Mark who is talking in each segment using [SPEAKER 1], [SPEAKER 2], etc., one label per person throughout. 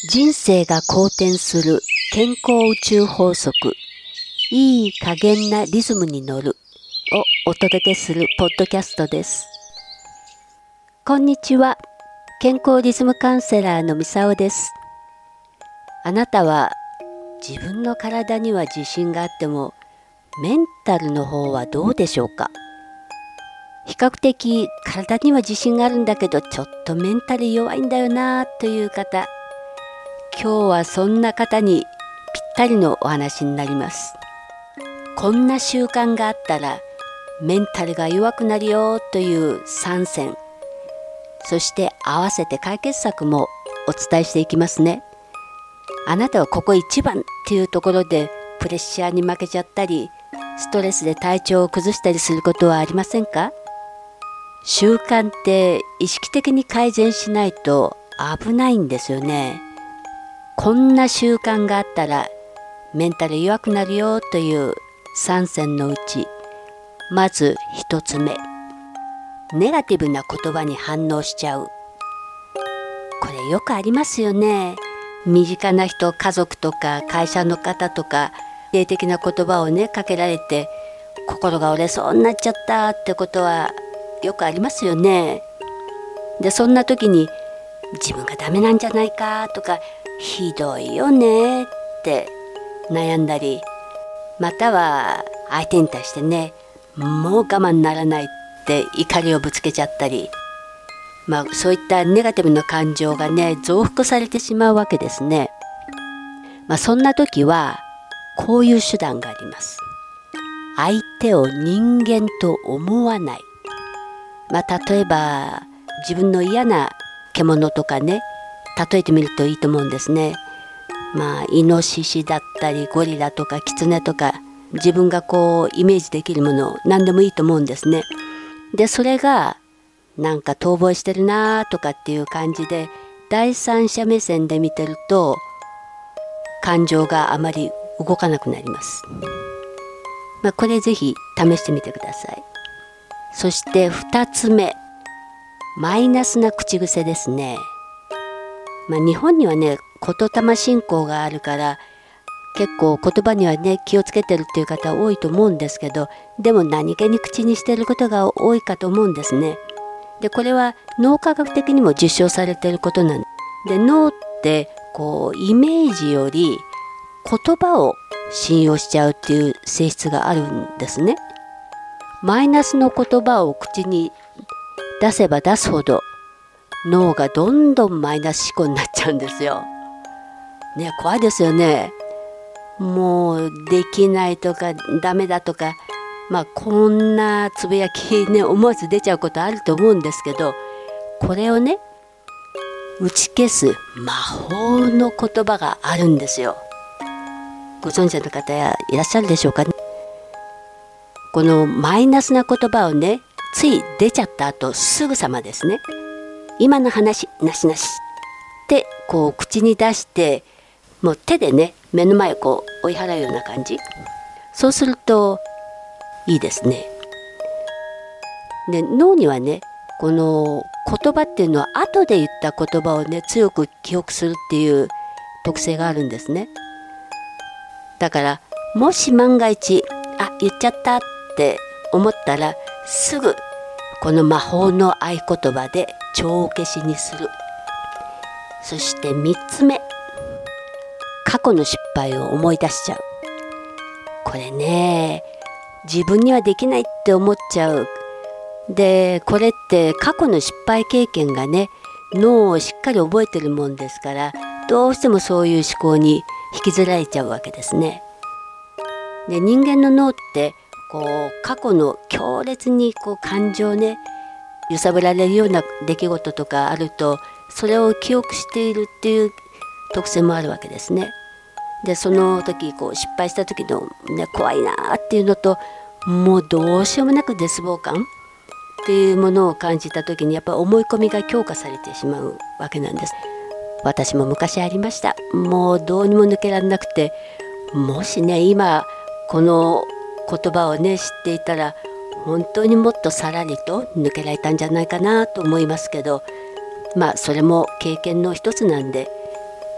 [SPEAKER 1] 人生が好転する健康宇宙法則、いい加減なリズムに乗るをお届けするポッドキャストです。こんにちは。健康リズムカウンセラーのみさおです。あなたは自分の体には自信があってもメンタルの方はどうでしょうか。比較的体には自信があるんだけどちょっとメンタル弱いんだよなという方、今日はそんな方にぴったりのお話になります。こんな習慣があったらメンタルが弱くなるよという3選、そして合わせて解決策もお伝えしていきますね。あなたはここ一番っていうところでプレッシャーに負けちゃったり、ストレスで体調を崩したりすることはありませんか？習慣って意識的に改善しないと危ないんですよね。こんな習慣があったらメンタル弱くなるよという3選のうち、まず1つ目、ネガティブな言葉に反応しちゃう。これよくありますよね。身近な人、家族とか会社の方とか否定的な言葉をねかけられて心が折れそうになっちゃったってことはよくありますよね。でそんな時に自分がダメなんじゃないかとかひどいよねって悩んだり、または相手に対してねもう我慢ならないって怒りをぶつけちゃったり、そういったネガティブな感情がね増幅されてしまうわけですね。そんな時はこういう手段があります。相手を人間と思わない。例えば自分の嫌な獣とかね例えてみるといいと思うんですね。イノシシだったりゴリラとかキツネとか自分がこうイメージできるもの何でもいいと思うんですね。でそれがなんか逃亡してるなとかっていう感じで第三者目線で見てると感情があまり動かなくなります。これぜひ試してみてください。そして2つ目、マイナスな口癖ですね。日本にはね言霊信仰があるから結構言葉にはね気をつけてるっていう方多いと思うんですけど、でも何気に口にしてることが多いかと思うんですね。でこれは脳科学的にも実証されていることなんで、脳ってこうイメージより言葉を信用しちゃうっていう性質があるんですね。マイナスの言葉を口に出せば出すほど脳がどんどんマイナス思考になっちゃうんですよ。ね、怖いですよね。もうできないとかダメだとか、こんなつぶやきね思わず出ちゃうことあると思うんですけど、これをね打ち消す魔法の言葉があるんですよ。ご存知の方いらっしゃるでしょうかね。このマイナスな言葉をねつい出ちゃった後すぐさまですね、今の話なしなしってこう口に出して、もう手でね目の前をこう追い払うような感じ、そうするといいですね。で脳にはねこの言葉っていうのは後で言った言葉をね強く記憶するっていう特性があるんですね。だからもし万が一言っちゃったって思ったらすぐこの魔法の合言葉で帳消しにする。そして3つ目、過去の失敗を思い出しちゃう。これね自分にはできないって思っちゃう。でこれって過去の失敗経験がね脳をしっかり覚えてるもんですから、どうしてもそういう思考に引きずられちゃうわけですね。で人間の脳ってこう過去の強烈にこう感情ね揺さぶられるような出来事とかあるとそれを記憶しているっていう特性もあるわけですね。でその時こう失敗した時の、怖いなっていうのと、もうどうしようもなく絶望感っていうものを感じた時にやっぱり思い込みが強化されてしまうわけなんです。私も昔ありました。もうどうにも抜けられなくて、もしね今この言葉をね知っていたら本当にもっとさらりと抜けられたんじゃないかなと思いますけど、それも経験の一つなんで、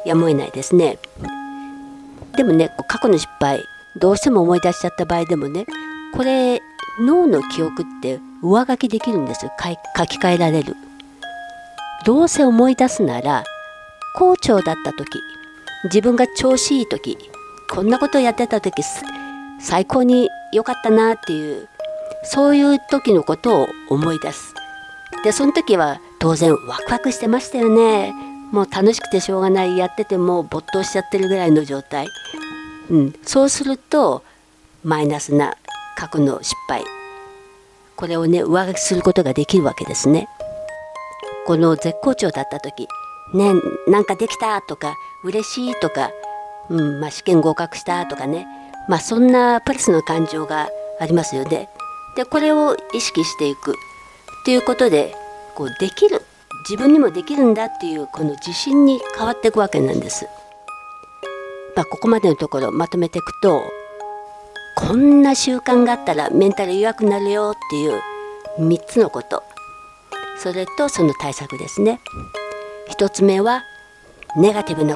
[SPEAKER 1] やむを得ないですね。でもね、過去の失敗どうしても思い出しちゃった場合でもね、これ脳の記憶って上書きできるんですよ。書き換えられる。どうせ思い出すなら、好調だった時、自分が調子いい時、こんなことをやってた時最高に良かったなっていう、そういう時のことを思い出す。でその時は当然ワクワクしてましたよね。もう楽しくてしょうがない、やっててもう没頭しちゃってるぐらいの状態、そうするとマイナスな過去の失敗、これをね上書きすることができるわけですね。この絶好調だった時ね、なんかできたとか嬉しいとか、試験合格したとかね、そんなプラスの感情がありますよね。でこれを意識していくっていうことで、できる、自分にもできるんだっていうこの自信に変わっていくわけなんです。ここまでのところまとめていくと、こんな習慣があったらメンタル弱くなるよっていう3つのこと、それとその対策ですね。1つ目はネガティブな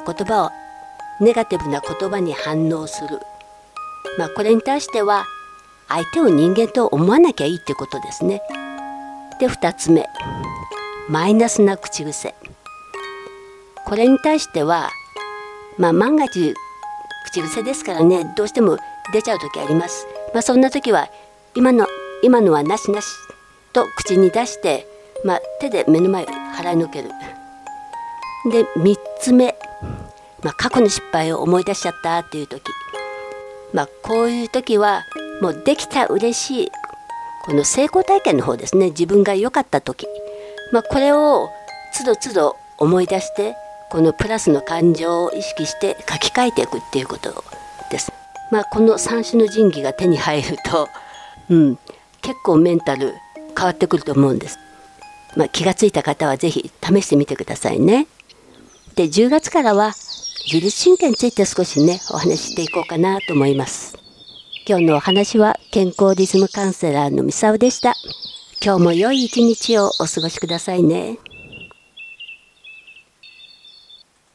[SPEAKER 1] 言葉に反応する、これに対しては相手を人間と思わなきゃいいってことですね。で2つ目、マイナスな口癖、これに対しては万が一口癖ですからね、どうしても出ちゃう時あります。そんな時は今のはなしなしと口に出して、手で目の前を払いのける。で3つ目、過去の失敗を思い出しちゃったっていう時、こういう時はもうできた嬉しい、この成功体験の方ですね、自分が良かった時、これをつどつど思い出して、このプラスの感情を意識して書き換えていくっていうことです。この三種の神器が手に入ると、結構メンタル変わってくると思うんです。気がついた方はぜひ試してみてくださいね。で10月からは自律神経について少しねお話ししていこうかなと思います。今日のお話は健康リズムカウンセラーのみさおでした。今日も良い一日をお過ごしくださいね。